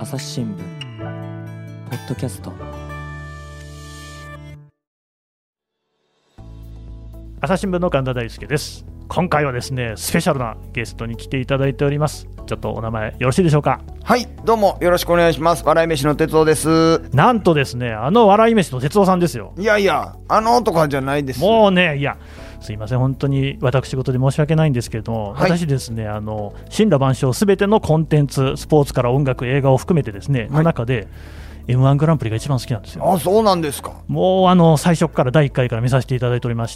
朝日新聞ポッドキャスト。 朝日新聞の神田大輔です。今回はですね、スペシャルなゲストに来ていただいております。ちょっとお名前よろしいでしょうか。 はい、どうもよろしくお願いします。笑い飯の哲夫です。 なんとですね、笑い飯の哲夫さんですよ。 いやいや、とかじゃないです。 もうね、いやすいません、本当に私事で申し訳ないんですけれども、はい、私ですね、森羅万象すべてのコンテンツ、スポーツから音楽、映画を含めてですね、の中でM1 グランプリが一番好きなんですよ。 あ、そうなんですか。 もう最初から第1回から見させていただいておりまして、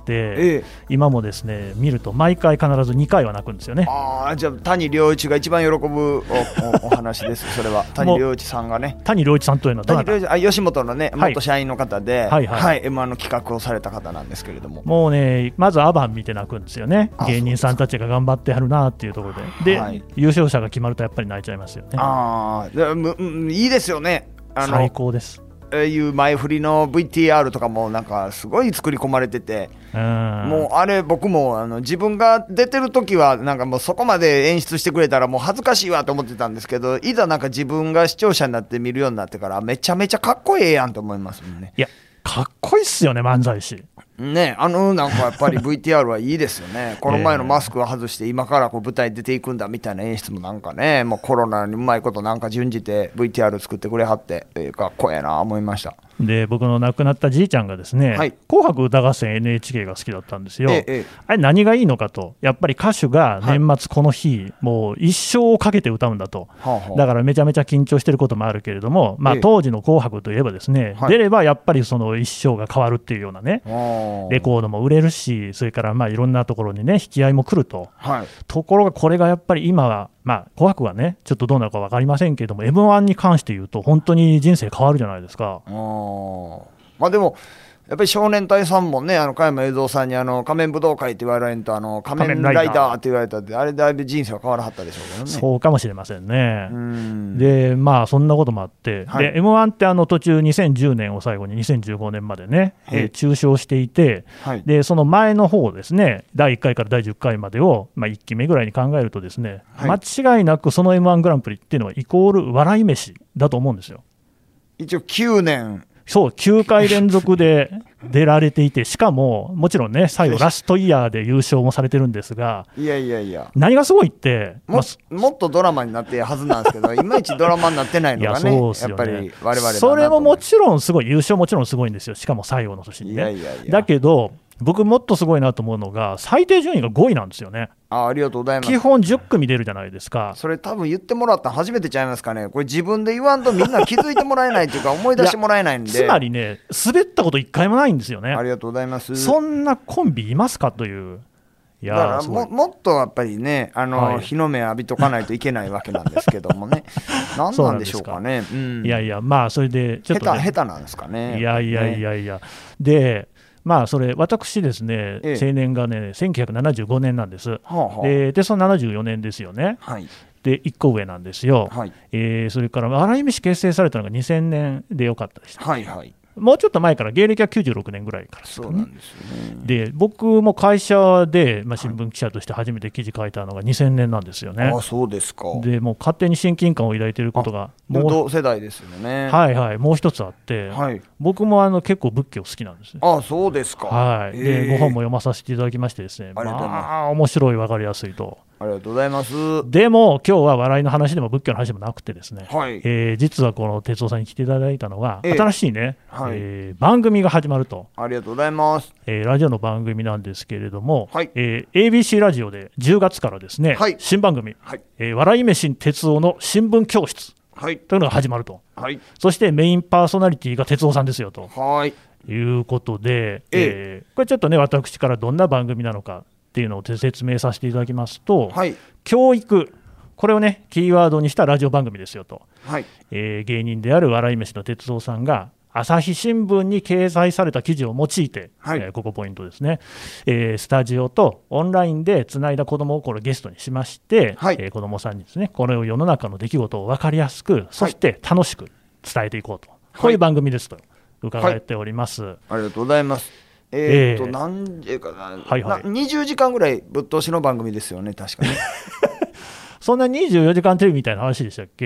今もですね見ると毎回必ず2回は泣くんですよね。 じゃあ谷良一が一番喜ぶ お話です。それは谷良一さんがね、 谷良一さんというのは谷良一吉本のね、元社員の方で、 はいはい、 M1 の企画をされた方なんですけれども、 もうね、まずアバン見て泣くんですよね。芸人さんたちが頑張ってはるなっていうところで、 はい、 優勝者が決まるとやっぱり泣いちゃいますよね。 いいですよね。 最高です。 いう前振りの VTR とかもなんかすごい作り込まれてて、もうあれ僕も自分が出てる時はなんかもうそこまで演出してくれたらもう恥ずかしいわと思ってたんですけど、いざなんか自分が視聴者になって見るようになってからめちゃめちゃかっこええやんと思いますもんね。 いや、かっこいいっすよね、漫才師ね。なんかやっぱり VTR はいいですよね。この前のマスクを外して今からこう舞台に出ていくんだみたいな演出もなんかね、もうコロナにうまいことなんか順じて VTR 作ってくれはって、かっこええな思いました。 で、僕の亡くなったじいちゃんがですね、紅白歌合戦 NHK が好きだったんですよ。あれ何がいいのかと、やっぱり歌手が年末この日、もう一生をかけて歌うんだと、だからめちゃめちゃ緊張してることもあるけれども、当時の紅白といえばですね、出ればやっぱりその一生が変わるっていうようなね、レコードも売れるし、それからいろんなところにね引き合いも来ると、ところがこれがやっぱり今は紅白はねちょっとどうなるか分かりませんけれども、 M1 に関して言うと本当に人生変わるじゃないですか。 でもやっぱり少年隊さんもね、加山雄三さんに仮面武道会って言われんと仮面ライダーって言われたって、あれだいぶ人生は変わらはったでしょうけどね。 そうかもしれませんね。でそんなこともあって、で M1 って途中2010年を最後に2015年までね、中止していて、でその前の方ですね、第1回から第10回までを、1期目ぐらいに考えるとですね、間違いなくその M1 グランプリっていうのはイコール笑い飯だと思うんですよ。 一応9年そう9回連続で出られていて、しかももちろんね最後ラストイヤーで優勝もされてるんですが、 いや何がすごいってもっとドラマになってるはずなんですけどいまいちドラマになってないのがね、やっぱり我々 それももちろんすごい、優勝もちろんすごいんですよ。しかも最後の年にね。だけど僕もっとすごいなと思うのが最低順位が5位なんですよね。 ありがとうございます。 基本10組出るじゃないですか。 それ多分言ってもらったの初めてちゃいますかね。これ自分で言わんとみんな気づいてもらえないというか思い出してもらえないんでつまりね、滑ったこと1回もないんですよね。 ありがとうございます。 そんなコンビいますかという。 だからもっとやっぱりね日の目浴びとかないといけないわけなんですけどもね何なんでしょうかね。 いやいや、それでちょっと、 下手なんですかね。 いやでそれ私ですね、青年がね1975年なんです。でその74年ですよね。で1個上なんですよ。それから笑い飯結成されたのが2000年でよかったでした。もうちょっと前から、芸歴は96年ぐらいからですかね。そうなんですよね。で僕も会社で、新聞記者として初めて記事書いたのが2000年なんですよね。 そうですか。 でもう勝手に親近感を抱いていることが同世代ですよね。 もう一つあって、僕も結構仏教好きなんですね。 そうですか。 でご本も読まさせていただきましてですね、面白い、分かりやすいと。 ありがとうございます。 でも今日は笑いの話でも仏教の話でもなくてですね、実はこの哲夫さんに来ていただいたのは、新しいね、番組が始まると。 ありがとうございます。 ラジオの番組なんですけれども、ABC ラジオで10月からですね、新番組、笑い飯哲夫の新聞教室というのが始まると。そしてメインパーソナリティが哲夫さんですよということで、これちょっとね私からどんな番組なのかっていうのを説明させていただきますと、教育、これをねキーワードにしたラジオ番組ですよと。芸人である笑い飯の哲夫さんが朝日新聞に掲載された記事を用いて、ここポイントですね、スタジオとオンラインでつないだ子どもをこれゲストにしまして、子どもさんにですねこれを世の中の出来事を分かりやすく、そして楽しく伝えていこうと、こういう番組ですと伺っております。 ありがとうございます。何時かな、20時間ぐらいぶっ通しの番組ですよね、確かに。 そんな24時間テレビみたいな話でしたっけ。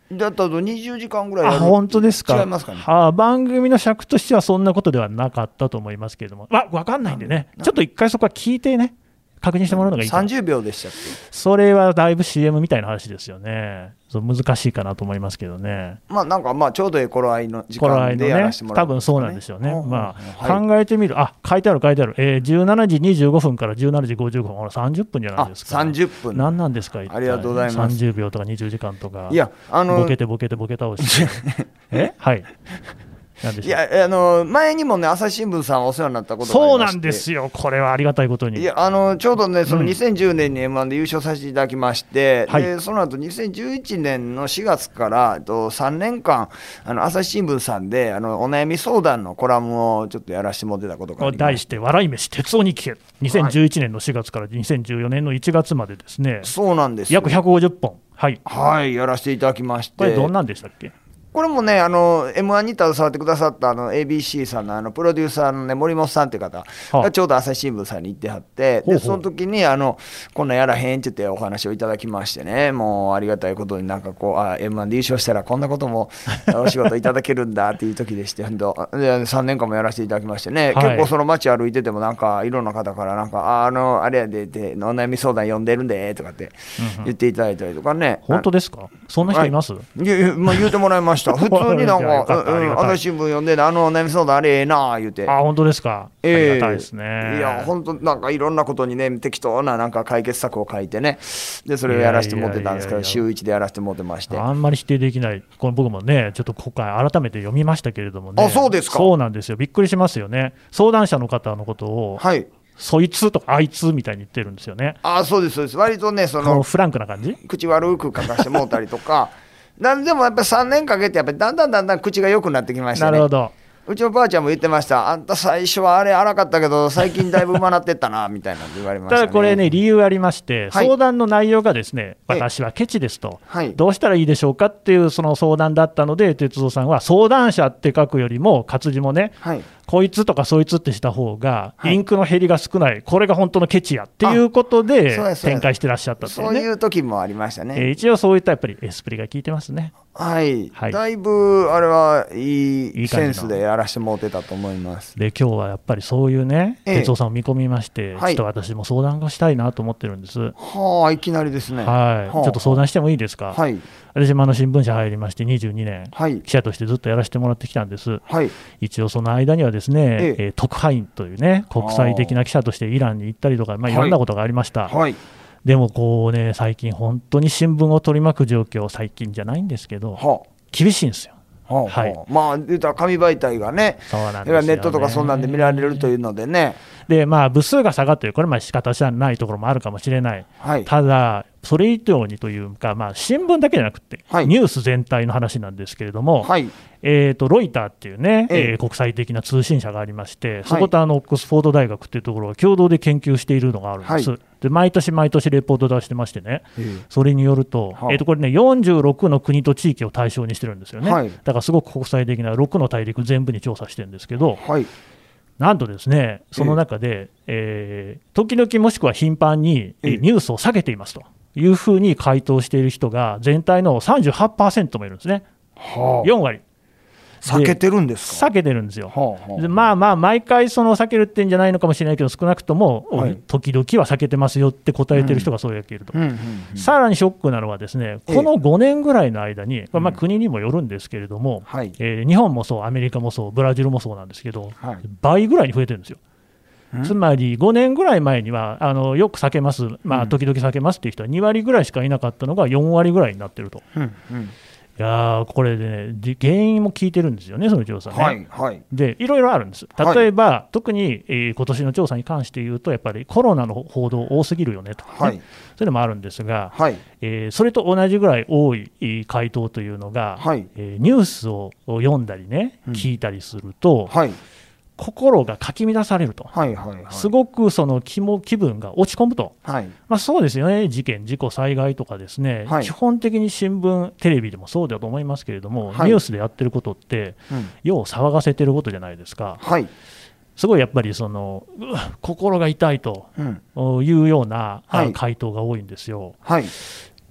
だったと20時間ぐらいやる。 本当ですか。 違いますかね。 番組の尺としてはそんなことではなかったと思いますけれども、分かんないんでね、ちょっと一回そこは聞いてね、確認してもらうのがいいかな。 30秒でしたっけ。 それはだいぶ CM みたいな話ですよね。難しいかなと思いますけどね。 なんかちょうどいい頃合いの時間でやらせてもらう、 多分そうなんでしょうね。考えてみる、書いてある、17時25分から17時55分、30分じゃないですか。 30分。 何なんですか、 ありがとうございます。 30秒とか20時間とか、 いや、 ボケてボケてボケ倒してはい。 いや前にもね、朝日新聞さんお世話になったことがありまして。 そうなんですよ、これはありがたいことに。 いやちょうどね、その2010年に M1 で優勝させていただきまして、でその後2011年の4月から3年間、朝日新聞さんでお悩み相談のコラムをちょっとやらせてもらってたことがありまして、 題して、笑い飯、哲夫に聞け、2011年の4月から2014年の1月までですね、 そうなんです、 約150本、 やらせていただきまして、 これ、どんなんでしたっけ。 これもね、M1 に携わってくださったABC さんのプロデューサーの、ね、森本さんっていう方がちょうど朝日新聞さんに行ってはって、でその時にこんなんやらへんって言ってお話をいただきましてね、もうありがたいことになんかこうM1 で優勝したらこんなこともお仕事いただけるんだっていう時でしてで3年間もやらせていただきましてね、結構その街歩いててもなんかいろんな方からなんかあれやでってお悩み相談読んでるんでとかって言っていただいたりとかね。 本当ですか。そんな人います？ いや言うてもらいました。普通になんか朝日新聞読んでお悩み相談あれな言うて。 本当ですか。ありがたいですね。 いや本当なんかいろんなことにね適当ななんか解決策を書いてね、でそれをやらせてもらってたんですけど、週1でやらせてもらってまして、 あんまり否定できない。これ僕もねちょっと今回改めて読みましたけれどもね。 そうですか。 そうなんですよ。びっくりしますよね。相談者の方のことを、そいつとかあいつみたいに言ってるんですよね。 そうですそうです。割とねフランクな感じ、 口悪く書かせてもらったりとかでもやっぱり3年かけてやっぱりだんだん口が良くなってきましたね。 なるほど。 うちのばあちゃんも言ってました。あんた最初はあれ荒かったけど最近だいぶうまなってったなみたいな言われましたね。 ただこれね理由ありまして、相談の内容がですね、私はケチですと、どうしたらいいでしょうかっていうその相談だったので、哲夫さんは相談者って書くよりも活字もね、こいつとかそいつってした方がインクの減りが少ない、これが本当のケチやっていうことで展開してらっしゃったっていうね。 そういう時もありましたね。 一応そういったやっぱりエスプリが効いてますね。 だいぶあれはいいセンスでやらせてもらってたと思います。 で今日はやっぱりそういうね、哲夫さんを見込みまして、ちょっと私も相談がしたいなと思ってるんです。 いきなりですね。 ちょっと相談してもいいですか。私も新聞社入りまして22年、記者としてずっとやらせてもらってきたんです。一応その間にはですね、特派員というね国際的な記者としてイランに行ったりとか、いろんなことがありました。でもこうね最近本当に新聞を取り巻く状況、最近じゃないんですけど、厳しいんですよ。言ったら紙媒体がね、ネットとかそんなんで見られるというのでね。で部数が下がっている、これは仕方じゃないところもあるかもしれない。ただそれ以上にというか、新聞だけじゃなくて、ニュース全体の話なんですけれども、ロイターっていうね、国際的な通信社がありまして、そことオックスフォード大学っていうところが共同で研究しているのがあるんです。で毎年毎年レポート出してましてね、それによると、これね46の国と地域を対象にしてるんですよね。だからすごく国際的な6の大陸全部に調査してるんですけど、なんとですねその中で、時々もしくは頻繁にニュースを避けていますというふうに回答している人が全体の 38% もいるんですね。4割避けてるんですか。 避けてるんですよ。で毎回その避けるってんじゃないのかもしれないけど、少なくとも時々は避けてますよって答えてる人がそうやけると。さらにショックなのはですね、この5年ぐらいの間に、国にもよるんですけれども、日本もそうアメリカもそうブラジルもそうなんですけど、倍ぐらいに増えてるんですよ。つまり5年ぐらい前にはよく避けます、時々避けますっていう人は2割ぐらいしかいなかったのが4割ぐらいになってると。いやこれでね原因も聞いてるんですよね、その調査ね。でいろいろあるんです。例えば、特に、今年の調査に関して言うと、やっぱりコロナの報道多すぎるよねとかね、そういうのもあるんですが、それと同じぐらい多い回答というのが、ニュースを読んだりね、聞いたりすると、心がかき乱されると、すごくその気分が落ち込むと、そうですよね、事件、事故、災害とかですね、基本的に新聞、テレビでもそうだと思いますけれども、ニュースでやってることって、よう騒がせてることじゃないですか。すごいやっぱり心が痛いというような回答が多いんですよ。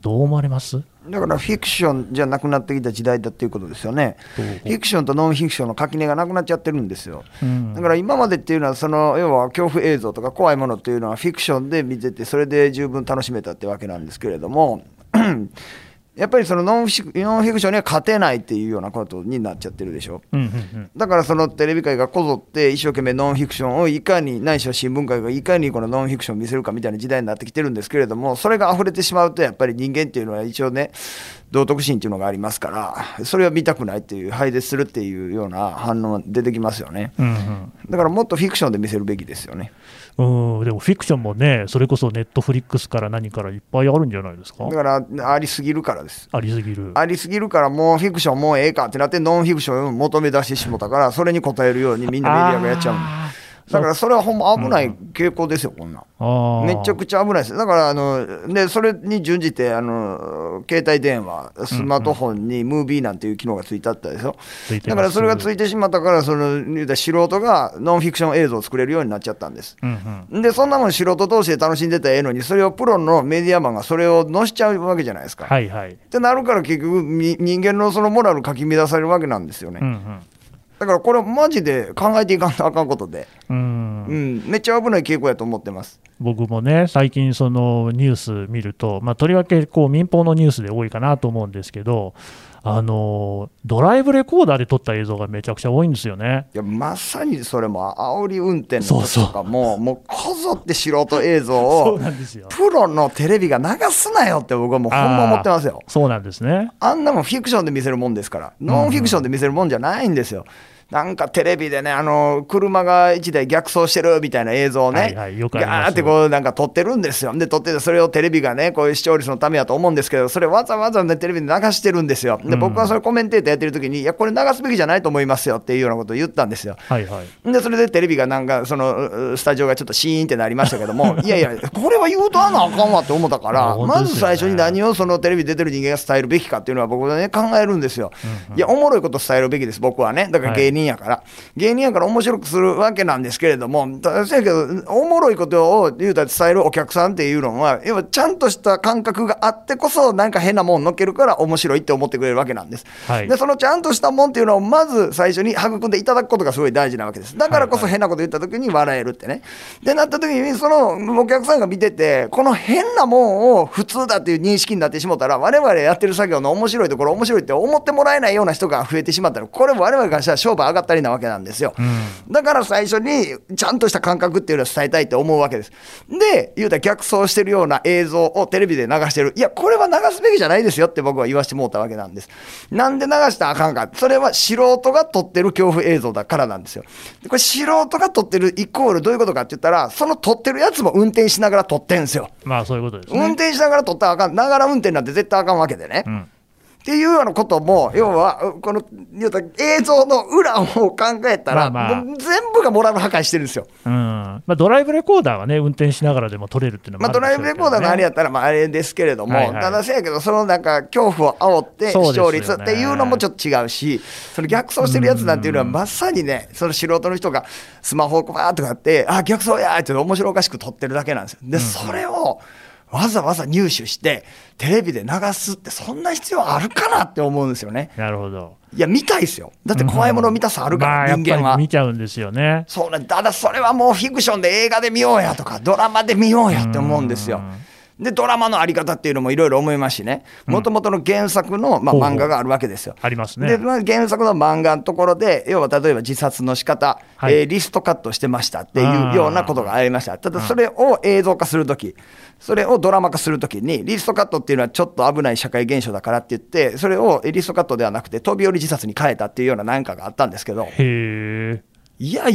どう思われます？ だからフィクションじゃなくなってきた時代だっていうことですよね。フィクションとノンフィクションの垣根がなくなっちゃってるんですよ、だから今までっていうのは要は恐怖映像とか怖いものっていうのはフィクションで見ててそれで十分楽しめたってわけなんですけれどもやっぱりそのノンフィクションには勝てないっていうようなことになっちゃってるでしょ、だからそのテレビ界がこぞって一生懸命ノンフィクションをいかにないしは新聞界がいかにこのノンフィクションを見せるかみたいな時代になってきてるんですけれども、それが溢れてしまうとやっぱり人間っていうのは一応ね道徳心っていうのがありますからそれを見たくないっていう廃絶するっていうような反応が出てきますよね、だからもっとフィクションで見せるべきですよね。 でもフィクションもねそれこそネットフリックスから何からいっぱいあるんじゃないですか。 だからありすぎるからです。 ありすぎるからもうフィクションもうええかってなってノンフィクションを求め出してしもたからそれに応えるようにみんなメディアがやっちゃうの。だからそれはほんま危ない傾向ですよ、こんなんめちゃくちゃ危ないです。だからでそれに準じて携帯電話スマートフォンにムービーなんていう機能がついてあったでしょ、だからそれがついてしまったから素人がノンフィクション映像を作れるようになっちゃったんです、でそんなもん素人同士で楽しんでたらええのにそれをプロのメディアマンがそれを載しちゃうわけじゃないですか、ってなるから結局人間のそのモラルかき乱されるわけなんですよね、だからこれはマジで考えていかんとあかんことで、めっちゃ危ない傾向やと思ってます。 僕もね最近そのニュース見ると、とりわけこう民放のニュースで多いかなと思うんですけど、ドライブレコーダーで撮った映像がめちゃくちゃ多いんですよね。 いやまさにそれも煽り運転の時とかもうこぞって素人映像をプロのテレビが流すなよって僕はもうほんま思ってますよ。 そうなんですね。 あんなもんフィクションで見せるもんですから、ノンフィクションで見せるもんじゃないんですよ。なんかテレビでね車が1台逆走してるみたいな映像をね、ガーってこうなんか撮ってるんですよ。で撮っててそれをテレビがねこういう視聴率のためやと思うんですけど、それわざわざねテレビで流してるんですよ。で僕はそれコメンテーターやってる時にいやこれ流すべきじゃないと思いますよっていうようなことを言ったんですよ、でそれでテレビがなんかそのスタジオがちょっとシーンってなりましたけどもいやいやこれは言うとあかんわって思ったからまず最初に何をそのテレビ出てる人間が伝えるべきかっていうのは僕はね考えるんですよ。いやおもろいこと伝えるべきです僕はね。だから芸人やから、芸人やから面白くするわけなんですけれども、だけどおもろいことを言うたら伝えるお客さんっていうのは要はちゃんとした感覚があってこそなんか変なもん乗っけるから面白いって思ってくれるわけなんです、でそのちゃんとしたもんっていうのをまず最初に育んでいただくことがすごい大事なわけです。だからこそ変なこと言った時に笑えるってね、でなった時にそのお客さんが見ててこの変なもんを普通だっていう認識になってしまったら我々やってる作業の面白いところ面白いって思ってもらえないような人が増えてしまったらこれ我々からしたら商売上がったりなわけなんですよ、だから最初にちゃんとした感覚っていうのを伝えたいって思うわけです。で言うたら逆走してるような映像をテレビで流してる、いやこれは流すべきじゃないですよって僕は言わせてもらったわけなんです。なんで流したらあかんか、それは素人が撮ってる恐怖映像だからなんですよ。でこれ素人が撮ってるイコールどういうことかって言ったらその撮ってるやつも運転しながら撮ってんですよ。 そういうことですね。 運転しながら撮ったらあかん、ながら運転なんて絶対あかんわけでね、っていうようなことも要はこの映像の裏を考えたら、もう全部がモラル破壊してるんですよ、 ドライブレコーダーはね運転しながらでも撮れるっていうのもあるんでしょうけどね。 ドライブレコーダーのあれやったらあれですけれども、ただせやけどそのなんか恐怖を煽って視聴率っていうのもちょっと違うし、その逆走してるやつなんていうのはまさにねその素人の人がスマホをバーッとかって逆走やーって面白おかしく撮ってるだけなんですよ。でそれをわざわざ入手してテレビで流すってそんな必要あるかなって思うんですよね。 なるほど。 いや見たいですよ。だって怖いもの見たさあるから、人間はやっぱり見ちゃうんですよね。 そうね。ただそれはもうフィクションで映画で見ようやとかドラマで見ようやって思うんですよ。でドラマのあり方っていうのもいろいろ思いますしね、もともとの原作の、漫画があるわけですよ。 ありますね。 で、原作の漫画のところで要は例えば自殺の仕方、リストカットしてましたっていうようなことがありました。ただそれを映像化するとき、それをドラマ化するときにリストカットっていうのはちょっと危ない社会現象だからって言ってそれをリストカットではなくて飛び降り自殺に変えたっていうようななんかがあったんですけど、いや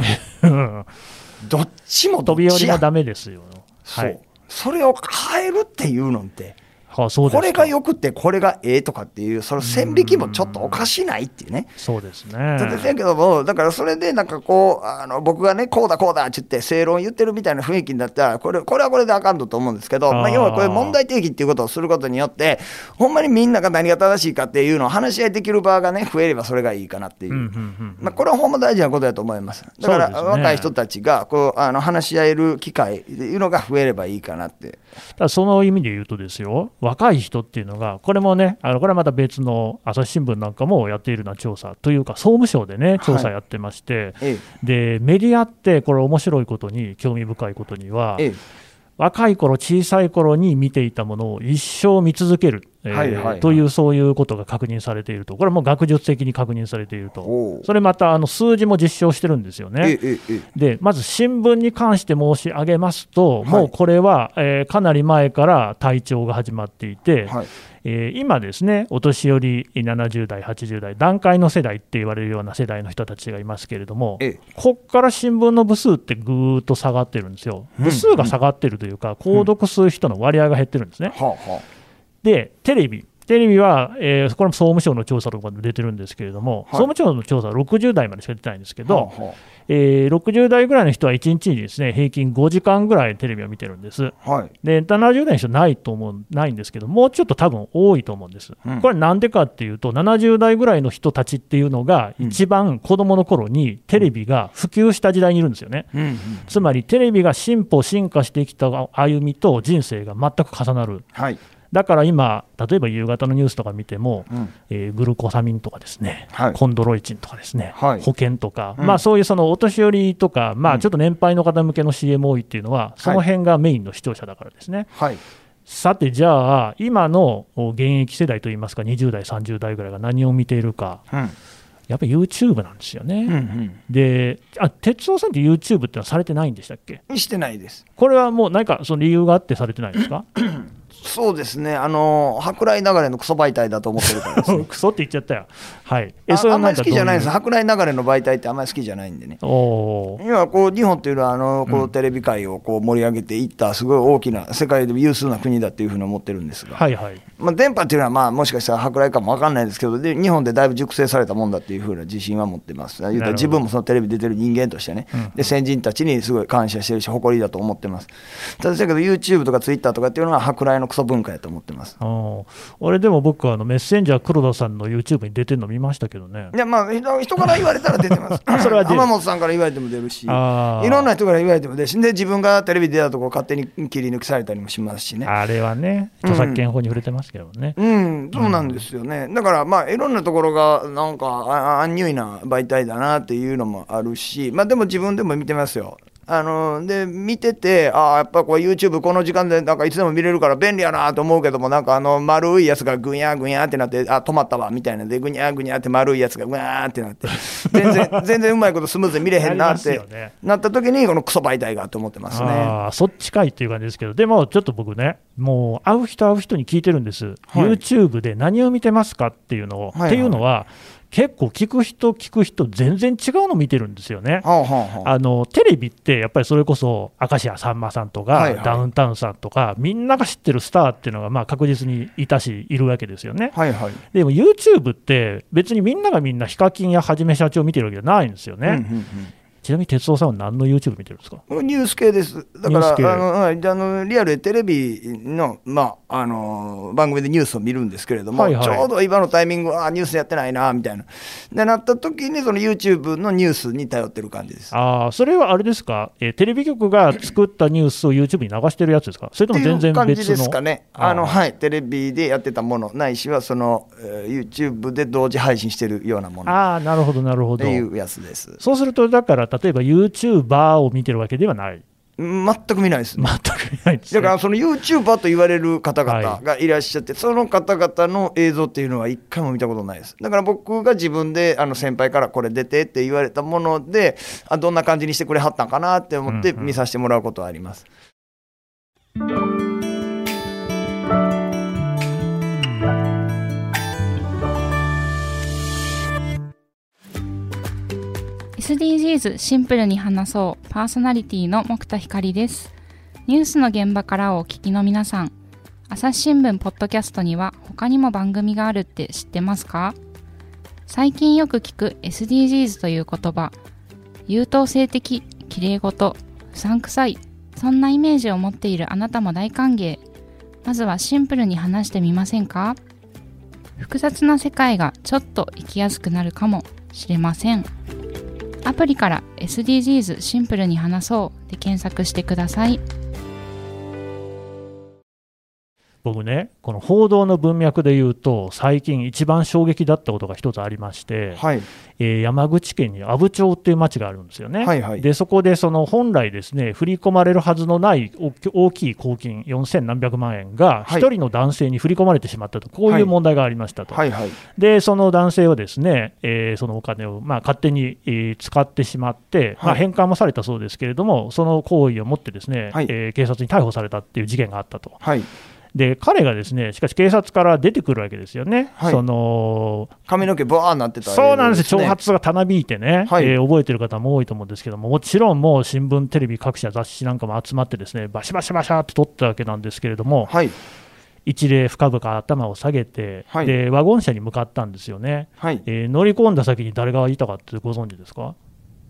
どっちもどっちや。 飛び降りはダメですよ。 それを変えるっていうのってこれがよくてこれがええとかっていうその線引きもちょっとおかしないっていうね。 そうですね。 だけどもだからそれでなんかこう僕がねこうだこうだって言って正論言ってるみたいな雰囲気になったらこれはこれであかんと思うんですけど、要はこれ問題提起っていうことをすることによってほんまにみんなが何が正しいかっていうのを話し合いできる場がね増えればそれがいいかなっていう、これはほんま大事なことだと思います。だから若い人たちがこう話し合える機会っていうのが増えればいいかなって。 その意味で言うとですよ、 若い人っていうのが、これもね、これはまた別の朝日新聞なんかもやっているような調査というか、総務省でね、調査やってまして、でメディアって、これ、面白いことに、興味深いことには、若い頃、小さい頃に見ていたものを一生見続ける、という、そういうことが確認されていると、これも学術的に確認されていると、それまた数字も実証してるんですよね。でまず新聞に関して申し上げますと、もうこれは、かなり前から台帳が始まっていて、今ですね、お年寄り70代、80代、団塊の世代って言われるような世代の人たちがいますけれども、ここから新聞の部数ってぐーっと下がってるんですよ。部数が下がってるというか、購読する人の割合が減ってるんですね。でテレビは、これも総務省の調査とかで出てるんですけれども、総務省の調査は60代までしか出てないんですけど、60代ぐらいの人は1日にですね、平均5時間ぐらいテレビを見てるんです。で70代の人ないんですけど、もうちょっと多分多いと思うんです。これなんでかっていうと、70代ぐらいの人たちっていうのが一番子どもの頃にテレビが普及した時代にいるんですよね。つまりテレビが進化してきた歩みと人生が全く重なる。だから今、例えば夕方のニュースとか見ても、グルコサミンとかですね、コンドロイチンとかですね、保険とか、そういうそのお年寄りとか、ちょっと年配の方向けの CM 多いっていうのは、その辺がメインの視聴者だからですね。さて、じゃあ、今の現役世代といいますか、20代、30代ぐらいが何を見ているか。やっぱり YouTube なんですよね。で、哲夫さんって YouTube ってのはされてないんでしたっけ？ してないです。 これはもう何かその理由があってされてないんですか？ そうですね、舶来流れのクソ媒体だと思ってるからですね。 クソって言っちゃったよ。はい。 あんまり好きじゃないです。舶来流れの媒体ってあんまり好きじゃないんでね。今こう日本っていうのはこうテレビ界をこう盛り上げていったすごい大きな世界で有数な国だっていうふうに思ってるんですが、電波っていうのはもしかしたら舶来かも分かんないですけど、で日本でだいぶ熟成されたもんだっていうふうな自信は持ってます。自分もそのテレビ出てる人間としてね、で先人たちにすごい感謝してるし誇りだと思ってます。ただだけど YouTube とか Twitter とかっていうのは舶来のクソ文化やと思ってます。 俺でも僕はメッセンジャー黒田さんの YouTube に出てるの見ましたけどね。 いや人から言われたら出てますそれは浜本さんから言われても出るし、いろんな人から言われても出るし、で自分がテレビ出たところ勝手に切り抜きされたりもしますしね。 あれはね、著作権法に触れてますけどね。 そうなんですよね。だからいろんなところがなんかアンニュイな媒体だなっていうのもあるし、でも自分でも見てますよ。で見てて、やっぱこう YouTube この時間でなんかいつでも見れるから便利やなと思うけども、なんか丸いやつがぐにゃぐにゃってなって、止まったわみたいなで、ぐにゃぐにゃって丸いやつがぐにゃってなって全然うまいことスムーズに見れへんなってなった時に、このクソ媒体がと思ってますね。 そっちかいっていう感じですけど、でもちょっと僕ね、もう会う人に聞いてるんです、YouTube で何を見てますかっていうのを、っていうのは結構聞く人全然違うの見てるんですよね。テレビってやっぱりそれこそ明石家さんまさんとか、ダウンタウンさんとかみんなが知ってるスターっていうのが確実にいるわけですよね。でも YouTube って別にみんながみんなヒカキンやはじめ社長見てるわけじゃないんですよね。ちなみに哲夫さんは何の YouTube 見てるんですか？ ニュース系です。だからリアルでテレビの、番組でニュースを見るんですけれども、ちょうど今のタイミングはニュースやってないなみたいなでなった時に、その YouTube のニュースに頼ってる感じです。 それはあれですか、テレビ局が作ったニュースを YouTube に流してるやつですか？それとも全然別の感じですかね。テレビでやってたものないしはYouTube で同時配信してるようなもの。 なるほどなるほど。 っていうやつです。 そうするとだから例えば YouTuber を見てるわけではない。 全く見ないです。 全く見ないです、ね。 だからその YouTuber と言われる方々がいらっしゃって、その方々の映像っていうのは一回も見たことないです。だから僕が自分で先輩からこれ出てって言われたもので、どんな感じにしてくれはったんかなって思って見させてもらうことはあります。 SDGs シンプルに話そうパーソナリティの木田光です。ニュースの現場からお聞きの皆さん、朝日新聞ポッドキャストには他にも番組があるって知ってますか？最近よく聞く SDGs という言葉、優等生的、きれいごと、うさんくさい、そんなイメージを持っているあなたも大歓迎。まずはシンプルに話してみませんか？複雑な世界がちょっと生きやすくなるかもしれません。アプリから SDGs シンプルに話そうで検索してください。 僕ね、この報道の文脈でいうと、最近一番衝撃だったことが一つありまして、はい、山口県に阿武町っていう町があるんですよね。はいはい、でそこでその本来ですね、振り込まれるはずのない大きい公金4000何百万円が1人の男性に振り込まれてしまったと、こういう問題がありましたと。はいはいはい、でその男性はですね、そのお金を勝手に使ってしまって、はい、返還もされたそうですけれども、その行為をもってですね、はい、警察に逮捕されたっていう事件があったと。はい、で彼がですね、しかし警察から出てくるわけですよね、はい、その髪の毛ブワーになってた、 そうなんです、長髪がたなびいてね、はい、覚えてる方も多いと思うんですけども、もちろんもう新聞、テレビ、各社、雑誌なんかも集まってですね、バシバシバシャって撮ったわけなんですけれども、はい、一礼深々頭を下げて、はい、でワゴン車に向かったんですよね、はい、乗り込んだ先に誰がいたかってご存知ですか？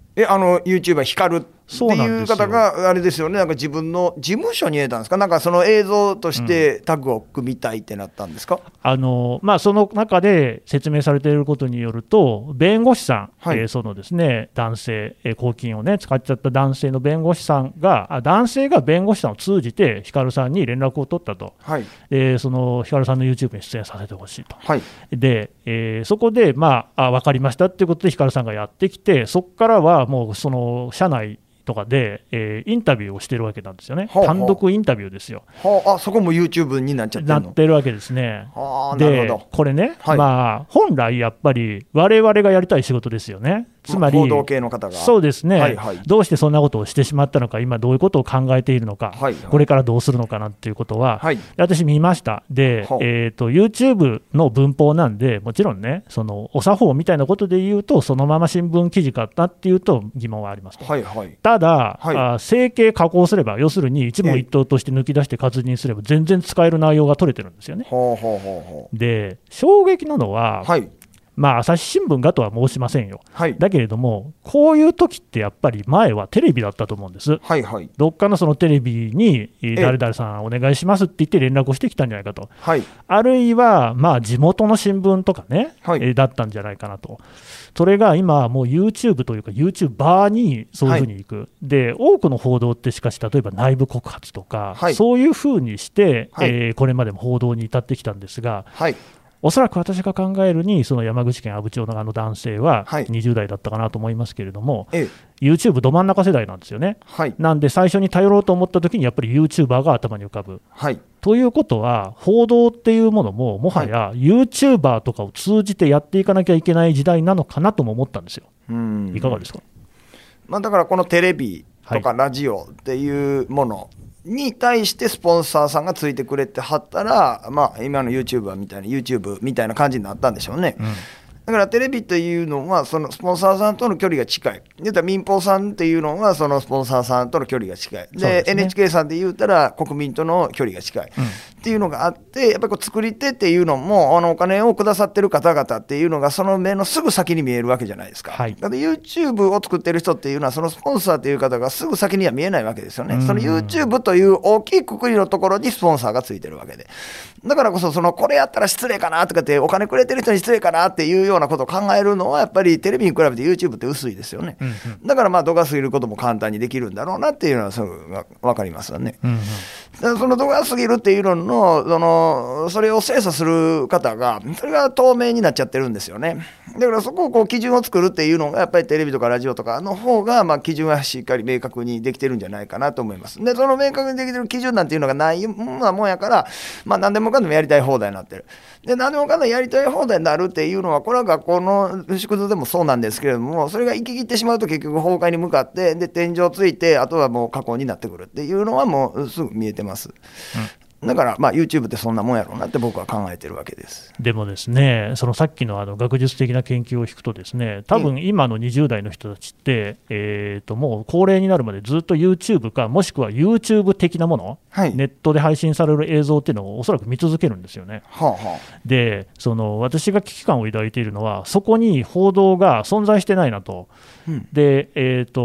YouTuber 光るっていう方があれですよね、なんか自分の事務所に入れたんですか、なんかその映像としてタグを組みたいってなったんですか？ その中で説明されていることによると、弁護士さん、はい、そのですね、男性、公金をね、使っちゃった男性の弁護士さんが、男性が弁護士さんを通じて、光さんに連絡を取ったと、はい、その光さんの YouTube に出演させてほしいと、はい、でそこで、分かりましたということで、光さんがやってきて、そこからはもう、その社内とかで、インタビューをしてるわけなんですよね、単独インタビューですよ。 そこも YouTube になっちゃってるの？ なってるわけですね。 でこれね、はい、本来やっぱり我々がやりたい仕事ですよね。つまり報道系の方が、 そうですね、はいはい、どうしてそんなことをしてしまったのか、今どういうことを考えているのか、はいはい、これからどうするのかなっていうことは、はい、私見ました。で、YouTube の文法なんで、もちろんね、そのお作法みたいなことで言うと、そのまま新聞記事かなっていうと疑問はありますと、はいはい、ただ、はい、整形加工すれば、要するに一問一答として抜き出して活字にすれば全然使える内容が取れてるんですよね。で衝撃なのは、はい、朝日新聞がとは申しませんよ、はい、だけれども、こういう時ってやっぱり前はテレビだったと思うんです、はいはい、どっかのそのテレビに誰々さんお願いしますって言って連絡をしてきたんじゃないかと、はい、あるいは地元の新聞とかね、はい、だったんじゃないかなと。それが今、もう YouTube というか YouTuber にそういうふうにいく、はい、で多くの報道って、しかし例えば内部告発とか、はい、そういうふうにして、はい、これまでも報道に至ってきたんですが、はい、おそらく私が考えるに、その山口県阿武町の男性は20代だったかなと思いますけれども、YouTube ど真ん中世代なんですよね、はい、なんで最初に頼ろうと思ったときに、やっぱり YouTuber が頭に浮かぶ、はい、ということは、報道っていうものも、もはや YouTuber とかを通じてやっていかなきゃいけない時代なのかなとも思ったんですよ。いかがですか？ だからこのテレビとかラジオっていうものに対してスポンサーさんがついてくれてはったら、今の YouTuber みたいな YouTube みたいな感じになったんでしょうね、だからテレビというのはそのスポンサーさんとの距離が近い、言うたら民放さんっていうのはそのスポンサーさんとの距離が近いで、NHK さんで言うたら国民との距離が近い、っていうのがあって、やっぱり作り手っていうのもお金をくださってる方々っていうのがその目のすぐ先に見えるわけじゃないですか、はい、だから YouTube を作ってる人っていうのはそのスポンサーっていう方がすぐ先には見えないわけですよね。その YouTube という大きい括りのところにスポンサーがついてるわけで、だからこそこれやったら失礼かなとかってお金くれてる人に失礼かなっていうようなことを考えるのはやっぱりテレビに比べて YouTube って薄いですよね、だから度が過ぎることも簡単にできるんだろうなっていうのは分かりますよね、だからその度が過ぎるっていうののそれを精査する方がそれが透明になっちゃってるんですよね。だからそこを基準を作るっていうのがやっぱりテレビとかラジオとかの方が基準はしっかり明確にできてるんじゃないかなと思います。でその明確にできてる基準なんていうのがないもんやから、何でもかんでもやりたい放題になってる。で何でもかんでもやりたい放題になるっていうのはこれは学校の縮図でもそうなんですけれども、それが行き切ってしまうと結局崩壊に向かってで天井ついてあとはもう過去になってくるっていうのはもうすぐ見えてます、だからYouTube ってそんなもんやろうなって僕は考えてるわけです。 でもですね、そのさっきの学術的な研究を引くとですね、多分今の20代の人たちって、もう高齢になるまでずっと YouTube かもしくは YouTube 的なもの、はい、ネットで配信される映像っていうのをおそらく見続けるんですよね、で私が危機感を抱いているのはそこに報道が存在してないなと、で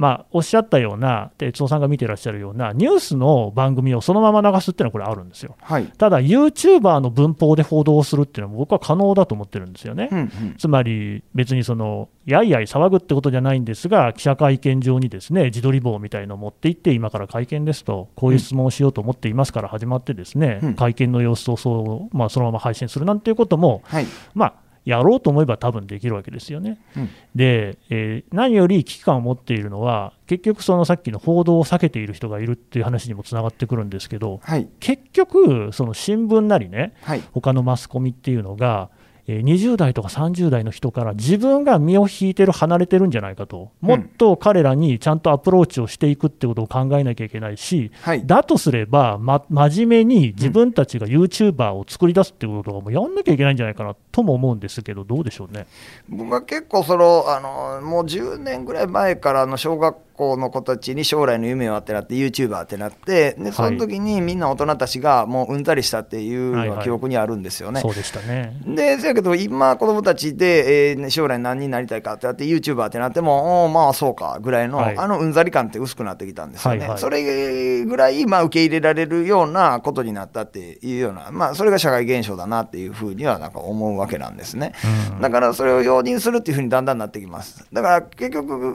おっしゃったような、哲夫さんが見てらっしゃるようなニュースの番組をそのまま流すっていうのはこれあるんですよ、はい、ただ、ユーチューバーの文法で報道するっていうのは僕は可能だと思ってるんですよね、つまり別にやいやい騒ぐってことじゃないんですが、記者会見場にですね自撮り棒みたいのを持って行って、今から会見ですと、こういう質問をしようと思っていますから始まってですね、会見の様子をそのまま配信するなんていうことも、はい、やろうと思えば多分できるわけですよね。で、何より危機感を持っているのは、結局さっきの報道を避けている人がいるっていう話にもつながってくるんですけど、はい、結局新聞なりね、はい、他のマスコミっていうのが20代とか30代の人から自分が身を引いてる、離れてるんじゃないかと、もっと彼らにちゃんとアプローチをしていくってことを考えなきゃいけないし、だとすれば、真面目に自分たちが YouTuber を作り出すってことをやんなきゃいけないんじゃないかなとも思うんですけど、どうでしょうね。 僕は結構もう10年ぐらい前から小学校の子たちに将来の夢をってなって YouTuber ってなって、でその時にみんな大人たちがもううんざりしたっていうのが記憶にあるんですよね。 そうでしたね。 でそやけど今子供たちで、将来何になりたいかってなって YouTuber ってなってもまあそうかぐらいの、うんざり感って薄くなってきたんですよね、それぐらい受け入れられるようなことになったっていうような、それが社会現象だなっていうふうにはなんか思うわけなんですね、だからそれを容認するっていうふうにだんだんなってきます。だから結局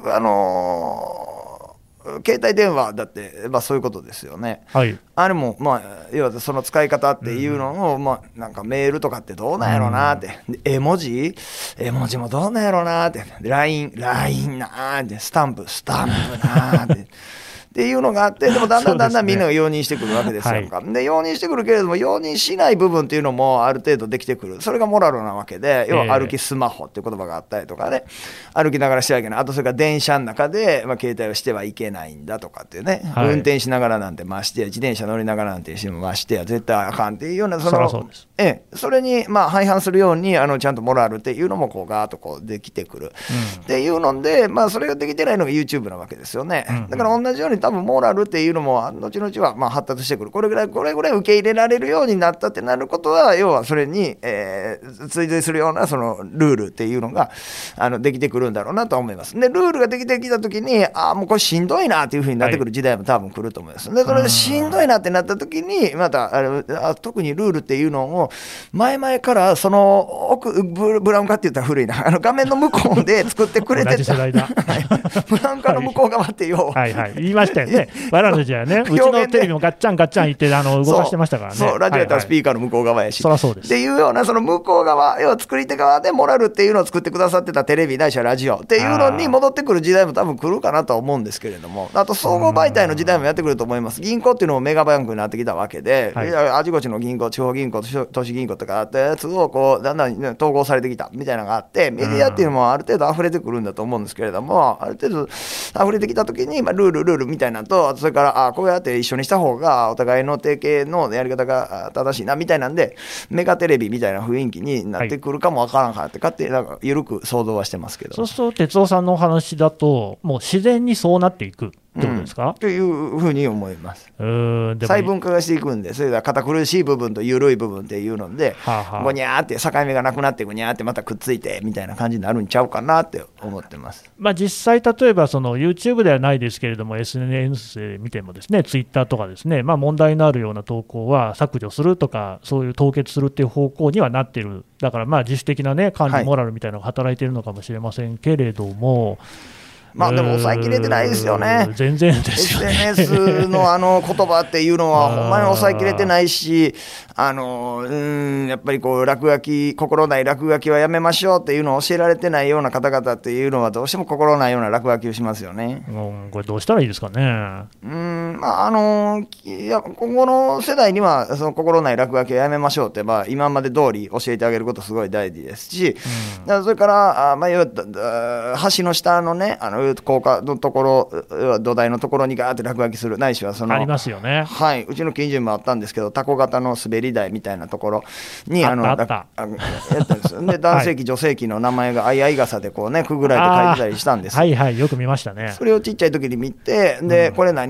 携帯電話だって、そういうことですよね、はい、あれも、要はその使い方っていうのを、なんかメールとかってどうなんやろうなって、絵文字もどうなんやろうなって、LINE なーって、スタンプなーってっていうのがあって、でもだんだんみんなが容認してくるわけですよ、で容認してくるけれども、容認しない部分っていうのもある程度できてくる、それがモラルなわけで、要は歩きスマホっていう言葉があったりとかね、歩きながらしてはいけない、あとそれから電車の中で、携帯をしてはいけないんだとかっていうね、運転しながらなんてましてや、自転車乗りながらなんてしてもましてや絶対あかんっていうような、それに相反するようにちゃんとモラルっていうのもガーッとできてくる、っていうので、それができてないのが YouTube なわけですよね、だから同じように多分モラルっていうのも後々は発達してくる、これぐらい受け入れられるようになったってなることは、要はそれに、追随するようなそのルールっていうのができてくるんだろうなと思います。でルールができてきた時にもうこれしんどいなっていう風になってくる時代も多分来ると思います。でそれでしんどいなってなった時にまた特にルールっていうのを前々からその奥ブラウン化って言ったら古いな、画面の向こうで作ってくれてたブラウン化の向こう側ってよう、 言いましたよね。我々の時代ね、うちのテレビもガッチャンガッチャン言って動かしてましたからね。 そうラジオやったらスピーカーの向こう側やし、 そりゃそうです。 っていうようなその向こう側、要は作り手側でモラルっていうのを作ってくださってたテレビないしはラジオっていうのに戻ってくる時代も多分来るかなとは思うんですけれども、あと総合媒体の時代もやってくると思います。銀行っていうのもメガバンクになってきたわけで、あちこちの銀行、地方銀行、都市銀行とかあったやつをだんだん、統合されてきたみたいなのがあって、メディアっていうのもある程度溢れてくるんだと思うんですけれども、ある程度溢れてきた時に、ルールみたいなのと、それからこうやって一緒にした方がお互いの提携のやり方が正しいなみたいなんで、メガテレビみたいな雰囲気になってくるかもわからんかって勝手に緩く想像はしてますけど。 そうすると哲夫さんのお話だともう自然にそうなっていくってことですか、 というふうに思います。細分化がしていくんで、それが堅苦しい部分と緩い部分っていうので、ごにゃーって境目がなくなってぐにゃーってまたくっついてみたいな感じになるんちゃうかなって思ってます。 実際例えばYouTube ではないですけれども SNS で見てもですね、Twitter とかですね、問題のあるような投稿は削除するとか、そういう凍結するっていう方向にはなっている。だから自主的なね管理モラルみたいなのが働いているのかもしれませんけれども、 でも抑えきれてないですよね。 全然ですよね。 SNS の言葉っていうのはほんまに抑えきれてないし、やっぱり落書き、心ない落書きはやめましょうっていうのを教えられてないような方々っていうのはどうしても心ないような落書きをしますよね。 これどうしたらいいですかね。 いや今後の世代にはその心ない落書きはやめましょうって、今まで通り教えてあげることすごい大事ですし、それから橋の下のね高架のところ、土台のところにガーって落書きする、ないしはありますよね。 うちの近所にもあったんですけど、タコ型の滑り台みたいなところにやったんですで男性器女性器の名前が相合傘でくぐらいて書いてたりしたんです。 よく見ましたね。 それをちっちゃい時に見て、でこれ何みたいな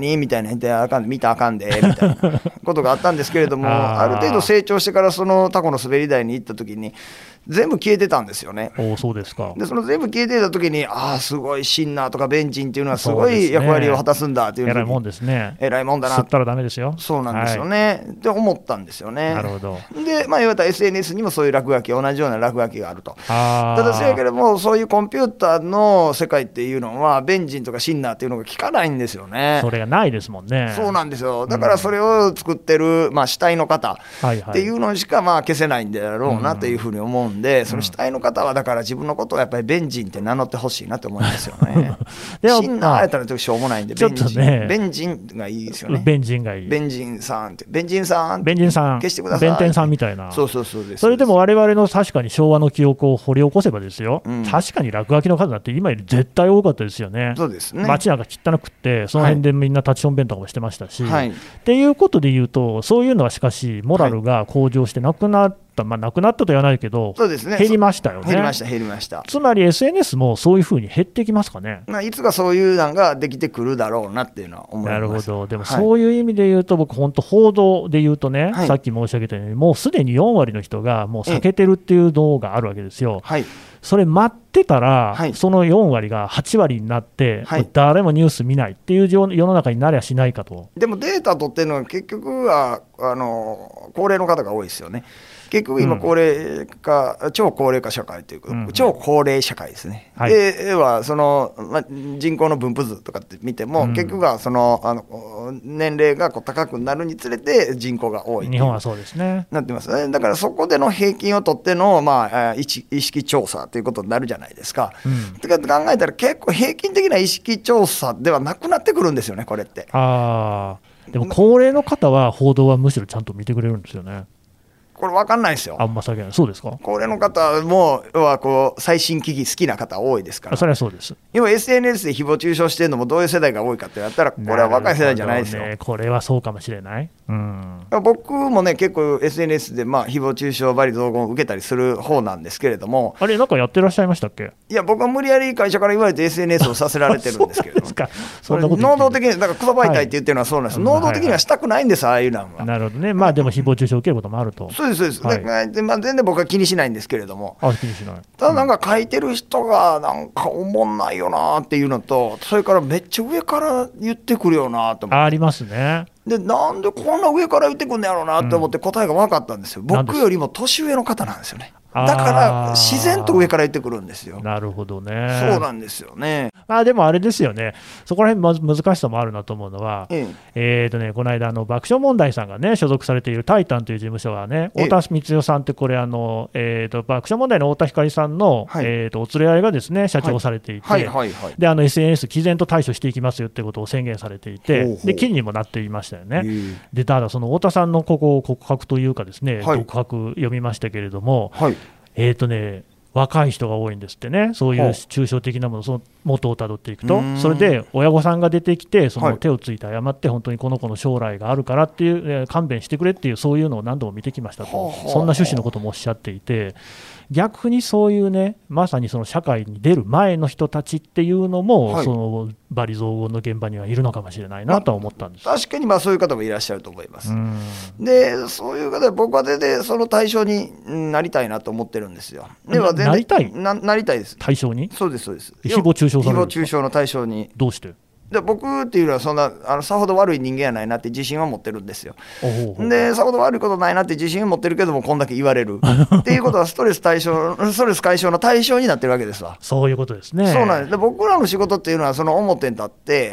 に入ってあかんで、見たらあかんでみたいなことがあったんですけれども、ある程度成長してからそのタコの滑り台に行った時に全部消えてたんですよね。 そうですか。 でその全部消えてた時に、すごいシンナーとかベンジンっていうのはすごい役割を果たすんだっていう偉いもんですね。 偉いもんだな。 吸ったらダメですよ。 そうなんですよね、って思ったんですよね。 なるほど。 で言われた SNS にもそういう落書き、同じような落書きがあると。ただそうやけれども、そういうコンピューターの世界っていうのはベンジンとかシンナーっていうのが効かないんですよね。 それがないですもんね。 そうなんですよ。だからそれを作ってる、主体の方っていうのしか消せないんだろうなというふうに思うんで、その主体の方はだから自分のことをやっぱりベンジンって名乗ってほしいなと思いますよね。シンナーやったらしょうもないんで、ベンジンがいいですよね。 ベンジンがいい。 ベンジンさんって、ベンジンさん消してください。 弁天さんみたいな。 そうです。 それでも我々の確かに昭和の記憶を掘り起こせばですよ、確かに落書きの数なんて今より絶対多かったですよね。 そうですね。 街なんか汚くってその辺でみんなタッチション弁とかもしてましたし、 はい、 っていうことでいうと、そういうのはしかしモラルが向上してなくなった、なくなったと言わないけど、 そうですね、 減りましたよね。 減りました。 つまり SNS もそういうふうに減ってきますかね。 いつかそういうのができてくるだろうなっていうのは思います。 なるほど。でもそういう意味で言うと、僕本当報道で言うとね、さっき申し上げたようにもうすでに4割の人がもう避けてるっていうのがあるわけですよ。それ待ってたら、その4割が8割になって、誰もニュース見ないっていう世の中になりゃしないかと。 でもデータ取ってるのは結局は高齢の方が多いですよね。結局今高齢化、超高齢化社会というか、超高齢社会ですね。ではその、人口の分布図とかって見ても、結局はその年齢が高くなるにつれて人口が多い。 日本はそうですね。 なってますね。だからそこでの平均を取っての、意識調査ということになるじゃないですか。って考えたら結構平均的な意識調査ではなくなってくるんですよね、これって。 でも高齢の方は報道はむしろちゃんと見てくれるんですよね。 これ分かんないですよ。 あんま避けない。そうですか。 高齢の方も要は最新機器好きな方多いですから。 それはそうです。 今 SNS で誹謗中傷してるのもどういう世代が多いかってやったら、これは若い世代じゃないですよ。 これはそうかもしれない。 僕もね結構 SNS で誹謗中傷罵詈雑言を受けたりする方なんですけれども。 あれなんかやってらっしゃいましたっけ？ いや僕は無理やり会社から言われて SNS をさせられてるんですけれども。 そんなこと能動的にだからクソ媒体って言ってるのはそうなんです。能動的にはしたくないんです、ああいうのは。 なるほどね。でも誹謗中傷を受けることもあると。 そうです。全然僕は気にしないんですけれども。 気にしない。 ただなんか書いてる人がなんかおもんないよなっていうのと、それからめっちゃ上から言ってくるよなと思って。 ありますね。 でなんでこんな上から言ってくんのやろうなって思って答えが分かったんですよ。僕よりも年上の方なんですよね。だから自然と上から言ってくるんですよ。 なるほどね。 そうなんですよね。 でもあれですよね、そこら辺難しさもあるなと思うのは、この間爆笑問題さんがね所属されているタイタンという事務所がね、太田光代さんってこれ爆笑問題の太田光さんの、お連れ合いがですね社長をされていて、でSNS 毅然と対処していきますよってことを宣言されていて、で記事にもなっていましたよね。でただその太田さんの告白というかですね、独白読みましたけれども、若い人が多いんですってね、そういう抽象的なもの、その元をたどっていくと、それで親御さんが出てきて、その手をついて謝って、本当にこの子の将来があるからっていう、勘弁してくれっていう、そういうのを何度も見てきましたと、そんな趣旨のこともおっしゃっていて、逆にそういうね、まさにその社会に出る前の人たちっていうのも、その罵詈雑言の現場にはいるのかもしれないなとは思ったんです。 確かにそういう方もいらっしゃると思います。でそういう方は僕は全然その対象になりたいなと思ってるんですよ。ではなりたいです。 対象に？ そうです。 誹謗中傷される？ 誹謗中傷の対象に。 どうして？ で僕っていうのはそんなさほど悪い人間やないなって自信は持ってるんですよ。でさほど悪いことないなって自信を持ってるけどもこんだけ言われるっていうことはストレス解消の対象になってるわけですわ。 そういうことですね。 そうなんです。で僕らの仕事っていうのはその表に立って、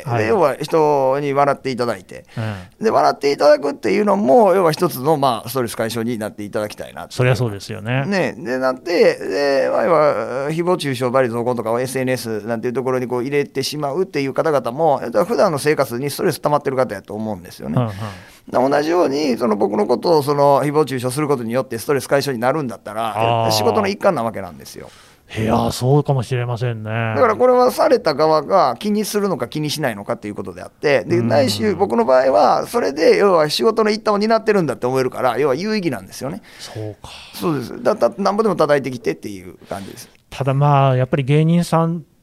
で要は人に笑っていただいて、で笑っていただくっていうのも要は一つのストレス解消になっていただきたいな。 そりゃそうですよね。 でなって要は誹謗中傷罵詈雑言とかを SNS なんていうところに入れてしまうっていう方々も普段の生活にストレス溜まってる方やと思うんですよね。同じように僕のことを誹謗中傷することによってストレス解消になるんだったら仕事の一環なわけなんですよ。 いやそうかもしれませんね。 だからこれはされた側が気にするのか気にしないのかっていうことであって、でないし僕の場合はそれで要は仕事の一端を担ってるんだって思えるから要は有意義なんですよね。 そうか。 そうです。なんぼでも叩いてきてっていう感じです。 ただやっぱり芸人さんっ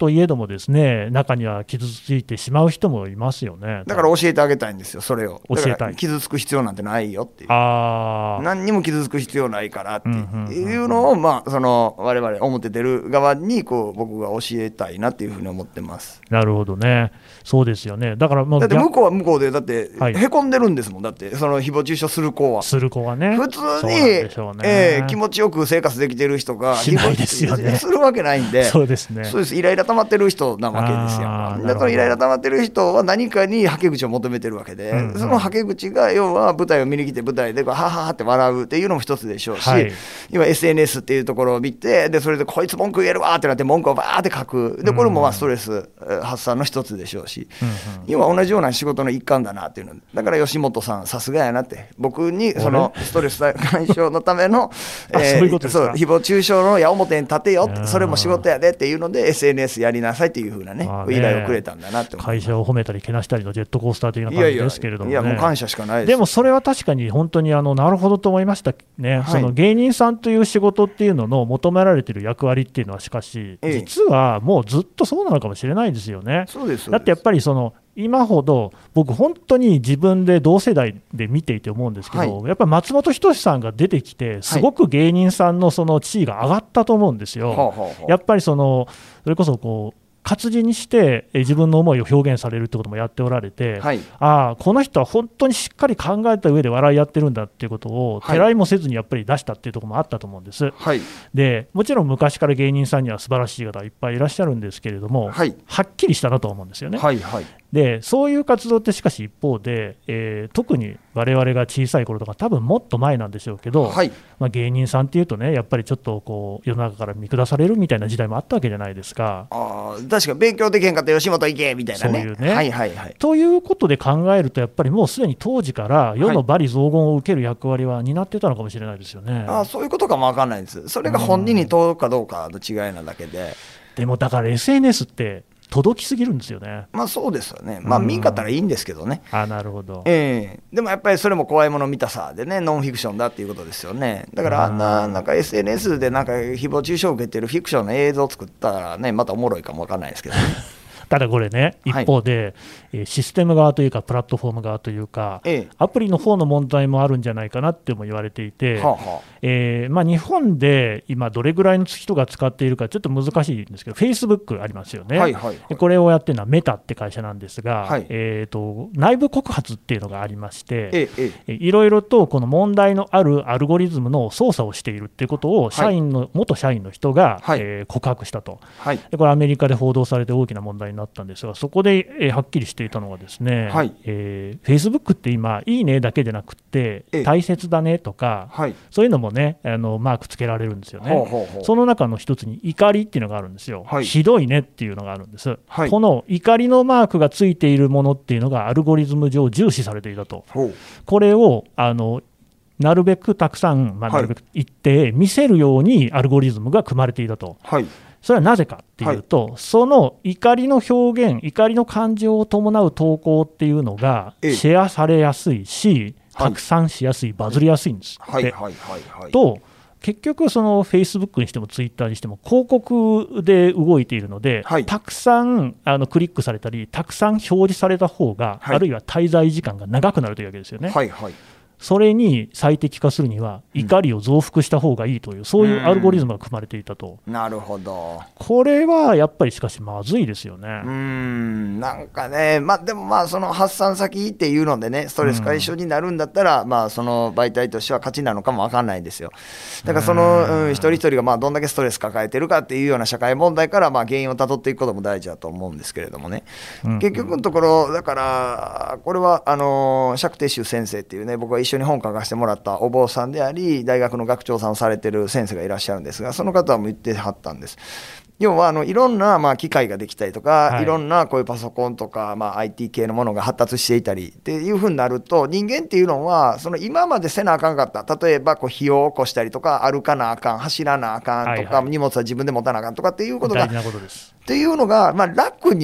といえどもですね、中には傷ついてしまう人もいますよね。 だから教えてあげたいんですよ、それを。 教えたい。 傷つく必要なんてないよっていう。何にも傷つく必要ないからっていうのを、我々表出る側に僕が教えたいなっていうふうに思ってます。 なるほどね。そうですよね。だからだって向こうは向こうでだってへこんでるんですもん。だってその誹謗中傷する子はね、 普通に気持ちよく生活できてる人がしないですよね。 するわけないんで。 そうですね。 そうです。イライラ溜まってる人なわけですよ。だからイライラ溜まってる人は何かにはけ口を求めてるわけで、そのはけ口が要は舞台を見に来て舞台ではははって笑うっていうのも一つでしょうし、今 SNS っていうところを見て、でそれでこいつ文句言えるわってなって文句をバーって書く。でこれもストレス発散の一つでしょうし、今同じような仕事の一環だなっていうの。だから吉本さんさすがやなって、僕にそのストレス解消のための誹謗中傷の矢面に立てよ、それも仕事やでっていうので SNS やりなさいっていう風なね依頼をくれたんだなって思います。 会社を褒めたりけなしたりのジェットコースター的な感じですけれどもね。 いやもう感謝しかないです。 でもそれは確かに本当になるほどと思いましたね。その芸人さんという仕事っていうのの求められている役割っていうのはしかし、実はもうずっとそうなのかもしれないですよね。 そうです。 だってやっぱり今ほど僕本当に自分で同世代で見ていて思うんですけど、やっぱり松本人志さんが出てきてすごく芸人さんのその地位が上がったと思うんですよ。やっぱりそれこそ活字にして自分の思いを表現されるってこともやっておられて、この人は本当にしっかり考えた上で笑いやってるんだっていうことをてらいもせずにやっぱり出したっていうところもあったと思うんです。でもちろん昔から芸人さんには素晴らしい方がいっぱいいらっしゃるんですけれども、はっきりしたなと思うんですよね。でそういう活動ってしかし一方で、特に我々が小さい頃とか多分もっと前なんでしょうけど、芸人さんっていうとねやっぱりちょっと世の中から見下されるみたいな時代もあったわけじゃないですか。 確か勉強できへんかったら吉本行けみたいなね。 そういうね、ということで考えるとやっぱりもうすでに当時から世の罵詈雑言を受ける役割は担ってたのかもしれないですよね。 そういうことかも分かんないです。それが本人に問うかどうかの違いなだけで。 でもだから SNS って届きすぎるんですよね。 そうですよね。見んかったらいいんですけどね。 なるほど。 でもやっぱりそれも怖いもの見たさでね、ノンフィクションだっていうことですよね。だからなんか SNS でなんか誹謗中傷を受けてるフィクションの映像を作ったらね、またおもろいかもわかんないですけどね。 ただこれね、一方で、システム側というかプラットフォーム側というか、アプリの方の問題もあるんじゃないかなっても言われていて、日本で今どれぐらいの人が使っているかちょっと難しいんですけど、Facebook ありますよね。これをやってるのはメタって会社なんですが、内部告発っていうのがありまして、いろいろとこの問題のあるアルゴリズムの操作をしているっていうことを元社員の人が、告白したと。でこれアメリカで報道されて大きな問題になったんですが、そこで、はっきりしていたのはですね、Facebook って今いいねだけじゃなくて大切だねとか、そういうのもねマークつけられるんですよね。その中の一つに怒りっていうのがあるんですよ。ひどいねっていうのがあるんです。この怒りのマークがついているものっていうのがアルゴリズム上重視されていたと。これをなるべくたくさん、なるべく一定見せるようにアルゴリズムが組まれていたと。それはなぜかっていうと、その怒りの表現、怒りの感情を伴う投稿っていうのがシェアされやすいし、拡散しやすい、バズりやすいんですって。と結局そのフェイスブックにしてもツイッターにしても広告で動いているので、たくさんクリックされたりたくさん表示された方が、あるいは滞在時間が長くなるというわけですよね。それに最適化するには怒りを増幅した方がいいという、そういうアルゴリズムが組まれていたと。 なるほど。 これはやっぱりしかしまずいですよね。 なんかね、でもその発散先っていうのでね、ストレス解消になるんだったら、その媒体としては勝ちなのかも分かんないですよ。だからその、一人一人がどんだけストレス抱えてるかっていうような社会問題から原因をたどっていくことも大事だと思うんですけれどもね、結局のところだからこれは釈徹宗先生っていうね、僕は一緒に本書かせてもらったお坊さんであり大学の学長さんをされてる先生がいらっしゃるんですが、その方も言ってはったんです。要はいろんな機械ができたりとか、いろんなこういうパソコンとかIT 系のものが発達していたりっていう風になると、人間っていうのはその今までせなあかんかった、例えば火を起こしたりとか歩かなあかん、走らなあかんとか、荷物は自分で持たなあかんとかっていうことがっていうのが楽に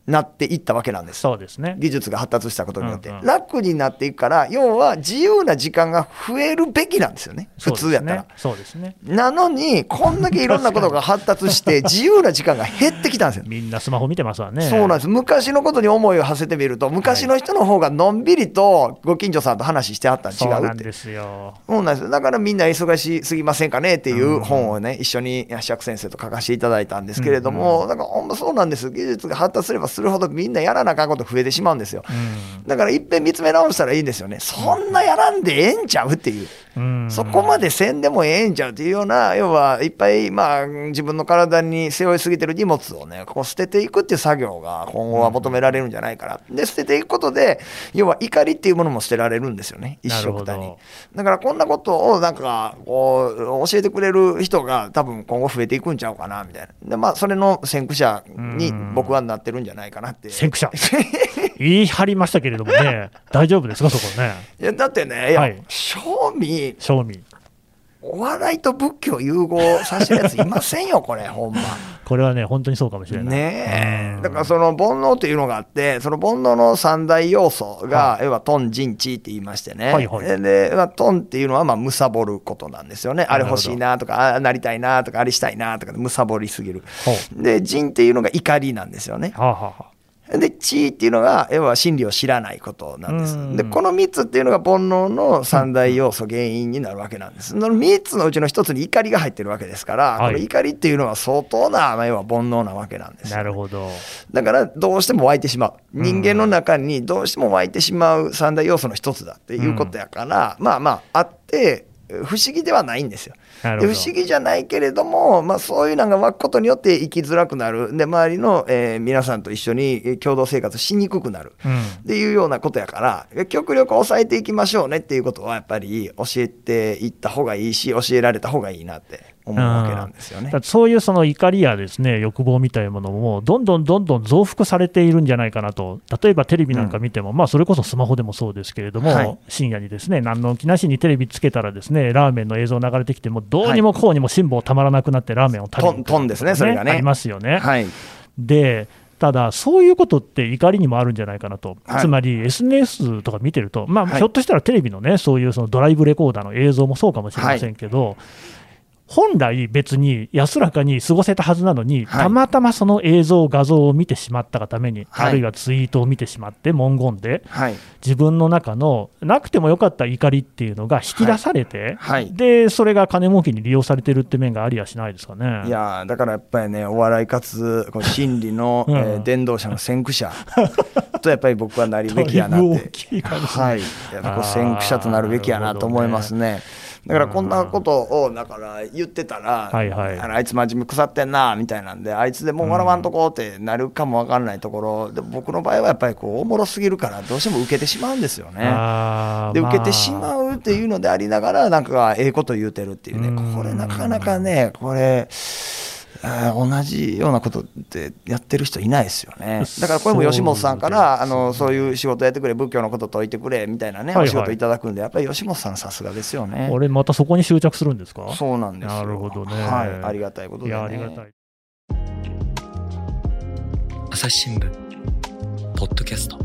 なっていったわけなんです。 そうですね。 技術が発達したことによって、楽になっていくから、要は自由な時間が増えるべきなんですよね、普通やったら。 そうですね。 なのにこんだけいろんなことが発達して自由な時間が減ってきたんですよ。 みんなスマホ見てますわね。 そうなんです。昔のことに思いを馳せてみると、昔の人の方がのんびりとご近所さんと話してはったん違うって。 そうなんですよ。 そうなんです。だからみんな忙しすぎませんかねっていう本をね、一緒に釈先生と書かせていただいたんですけれども、だからほんまそうなんです。技術が発達すればするほどみんなやらなあかんこと増えてしまうんですよ。だからいっぺん見つめ直したらいいんですよね。そんなやらんでええんちゃうっていう、そこまでせんでもええんちゃうっていうような、要はいっぱい自分の体に背負いすぎてる荷物をね、こう捨てていくっていう作業が今後は求められるんじゃないかな。で捨てていくことで、要は怒りっていうものも捨てられるんですよね、一緒くたに。だからこんなことをなんかこう教えてくれる人が多分今後増えていくんちゃうかなみたいな。でそれの先駆者に僕はなってるんじゃないかなって。 先駆者言い張りましたけれどもね大丈夫ですかそこね。 いやだってね、正味お笑いと仏教融合させてるやついませんよこれほんま。 これはね本当にそうかもしれないね。だからその煩悩というのがあって、その煩悩の三大要素が、要は貪嗔痴って言いましてね、で貪っていうのは貪ることなんですよね。あれ欲しいなとか、あなりたいなとか、あれしたいなとか貪りすぎる。で嗔っていうのが怒りなんですよね。で知っていうのが要は真理を知らないことなんです。でこの3つっていうのが煩悩の三大要素、原因になるわけなんです。その3つのうちの1つに怒りが入ってるわけですから、これ怒りっていうのは相当な要は煩悩なわけなんですよね。 なるほど。 だからどうしても湧いてしまう、人間の中にどうしても湧いてしまう三大要素の1つだっていうことやから、あって不思議ではないんですよ。で不思議じゃないけれども、そういうのが湧くことによって生きづらくなる。で周りの、皆さんと一緒に共同生活しにくくなる、っていうようなことやから、極力抑えていきましょうねっていうことはやっぱり教えていった方がいいし、教えられた方がいいなって思うわけなんですよね。 そういうその怒りやですね欲望みたいなものもどんどん増幅されているんじゃないかなと。例えばテレビなんか見ても、それこそスマホでもそうですけれども、深夜にですね何の気なしにテレビつけたらですねラーメンの映像流れてきてもどうにもこうにも辛抱たまらなくなってラーメンを食べるトンですね、それがねありますよね。でただそういうことって怒りにもあるんじゃないかなと、つまり SNS とか見てると、ひょっとしたらテレビのねそういうそのドライブレコーダーの映像もそうかもしれませんけど、本来別に安らかに過ごせたはずなのに、たまたまその映像画像を見てしまったがために、あるいはツイートを見てしまって文言で、自分の中のなくてもよかった怒りっていうのが引き出されて、でそれが金儲けに利用されてるって面がありやしないですかね。 いやだからやっぱりね、お笑いかつこう心理の、伝道者の先駆者とやっぱり僕はなるべきやなってやっぱこう先駆者となるべきやなと思いますね。だからこんなことをだから言ってたら、あいつ真面目腐ってんなみたいなんで、あいつでもう笑わんとこうってなるかもわかんないところで、僕の場合はやっぱりこうおもろすぎるからどうしても受けてしまうんですよね。で受けてしまうっていうのでありながら、なんかええこと言うてるっていうね、これなかなかね、これ同じようなことってやってる人いないですよね。だからこれも吉本さんからそういう仕事やってくれ、仏教のこと解いてくれみたいなね、お仕事いただくんで、やっぱり吉本さんさすがですよね。 俺またそこに執着するんですか。 そうなんですよ。 なるほどね。 ありがたいことでね。 いやありがたい。 朝日新聞ポッドキャスト。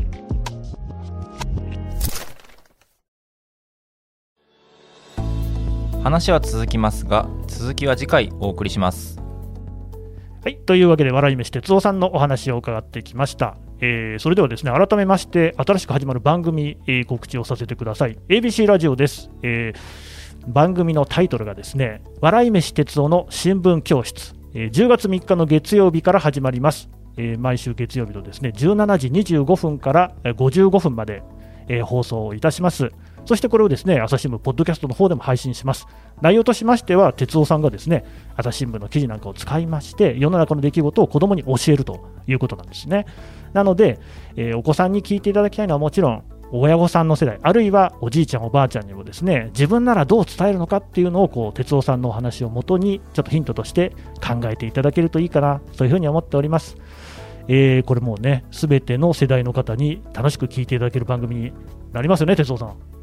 話は続きますが、続きは次回お送りします。 はい、というわけで笑い飯哲夫さんのお話を伺ってきました。それではですね、改めまして新しく始まる番組、告知をさせてください。 ABC ラジオです。番組のタイトルがですね、笑い飯哲夫の新聞教室、10月3日の月曜日から始まります。毎週月曜日のですね17時25分から55分まで、放送いたします。そしてこれをですね朝日新聞ポッドキャストの方でも配信します。内容としましては、哲夫さんがですね朝日新聞の記事なんかを使いまして世の中の出来事を子どもに教えるということなんですね。なので、お子さんに聞いていただきたいのはもちろん親御さんの世代、あるいはおじいちゃんおばあちゃんにもですね自分ならどう伝えるのかっていうのをこう哲夫さんのお話をもとにちょっとヒントとして考えていただけるといいかな、そういうふうに思っております。これもうね全ての世代の方に楽しく聞いていただける番組になりますよね、哲夫さん。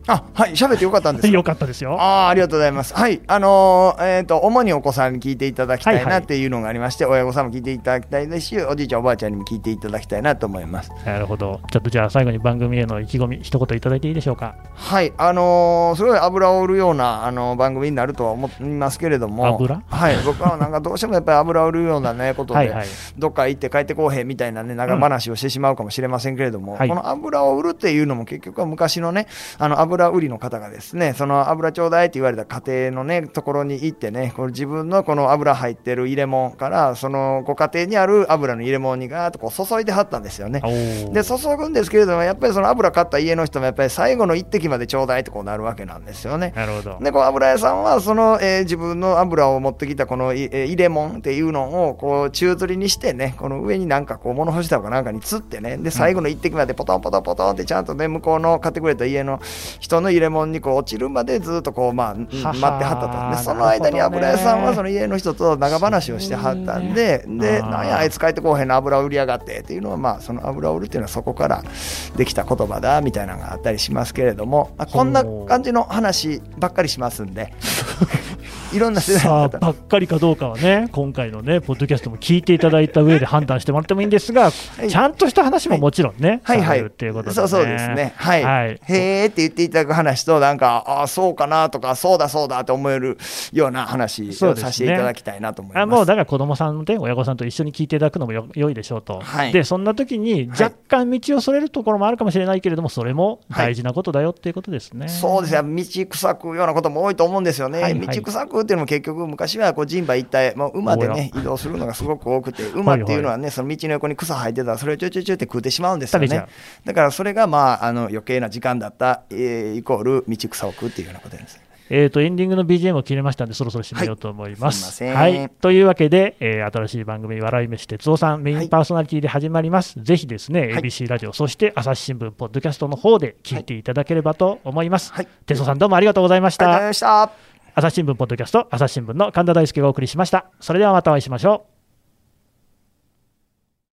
喋ってよかったんですか。 よかったですよ。 ありがとうございます。はい、主にお子さんに聞いていただきたいなっていうのがありまして、親御さんも聞いていただきたいですし、おじいちゃんおばあちゃんにも聞いていただきたいなと思います。 なるほど。ちょっとじゃあ最後に番組への意気込み一言いただいていいでしょうか。 はい、すごい油を売るような番組になるとは思いますけれども、はい、僕はなんかどうしてもやっぱり油を売るようなねことでどっか行って帰ってこうへんみたいなね長話をしてしまうかもしれませんけれども、この油を売るっていうのも結局は昔のね油売りの方がですね、その油ちょうだいって言われた家庭のねところに行ってね、これ自分のこの油入ってる入れ物からそのご家庭にある油の入れ物にガーッとこう注いではったんですよね。で注ぐんですけれども、やっぱりその油買った家の人もやっぱり最後の一滴までちょうだいってこうなるわけなんですよね。 なるほど。 でこう油屋さんはその、自分の油を持ってきたこの、入れ物っていうのをこう宙吊りにしてね、この上になんかこう物干し竿かなんかに吊ってね、で最後の一滴までポトンポトンポトンってちゃんとね向こうの買ってくれた家の人の入れ物にこう落ちるまでずっとこう待ってはったと。でその間に油屋さんはその家の人と長話をしてはったんで、なんやあいつ帰ってこうへんの油を売りやがってっていうのは、その油を売るっていうのはそこからできた言葉だみたいなのがあったりしますけれども、こんな感じの話ばっかりしますんでいろんな世代の方ばっかりかどうかはね、今回のねポッドキャストも聞いていただいた上で判断してもらってもいいんですが、ちゃんとした話ももちろんね、っていうことでね。 そうですね。はい。へーって言っていただく話と、なんかそうかなとかそうだと思えるような話をさせていただきたいなと思います。 もうだから子供さんで親御さんと一緒に聞いていただくのも良いでしょうと。でそんな時に若干道をそれるところもあるかもしれないけれども、それも大事なことだよっていうことですね。 そうですね。道草くようなことも多いと思うんですよね。道草くっていうのも結局昔はこう人馬一体、馬でね移動するのがすごく多くて、馬っていうのはねその道の横に草生えてたらそれをちょいって食うてしまうんですよね。だからそれが余計な時間だった、イコール道草を食うっていうようなことです。 エンディングの BGM を切れましたのでそろそろ締めようと思います。というわけで、新しい番組笑い飯哲夫さんメインパーソナリティで始まります。ぜひですね、ABC ラジオそして朝日新聞ポッドキャストの方で聞いていただければと思います。哲夫さんどうもありがとうございました。 ありがとうございました。 朝日新聞ポッドキャスト朝日新聞の神田大輔がお送りしました。それではまたお会いしましょう。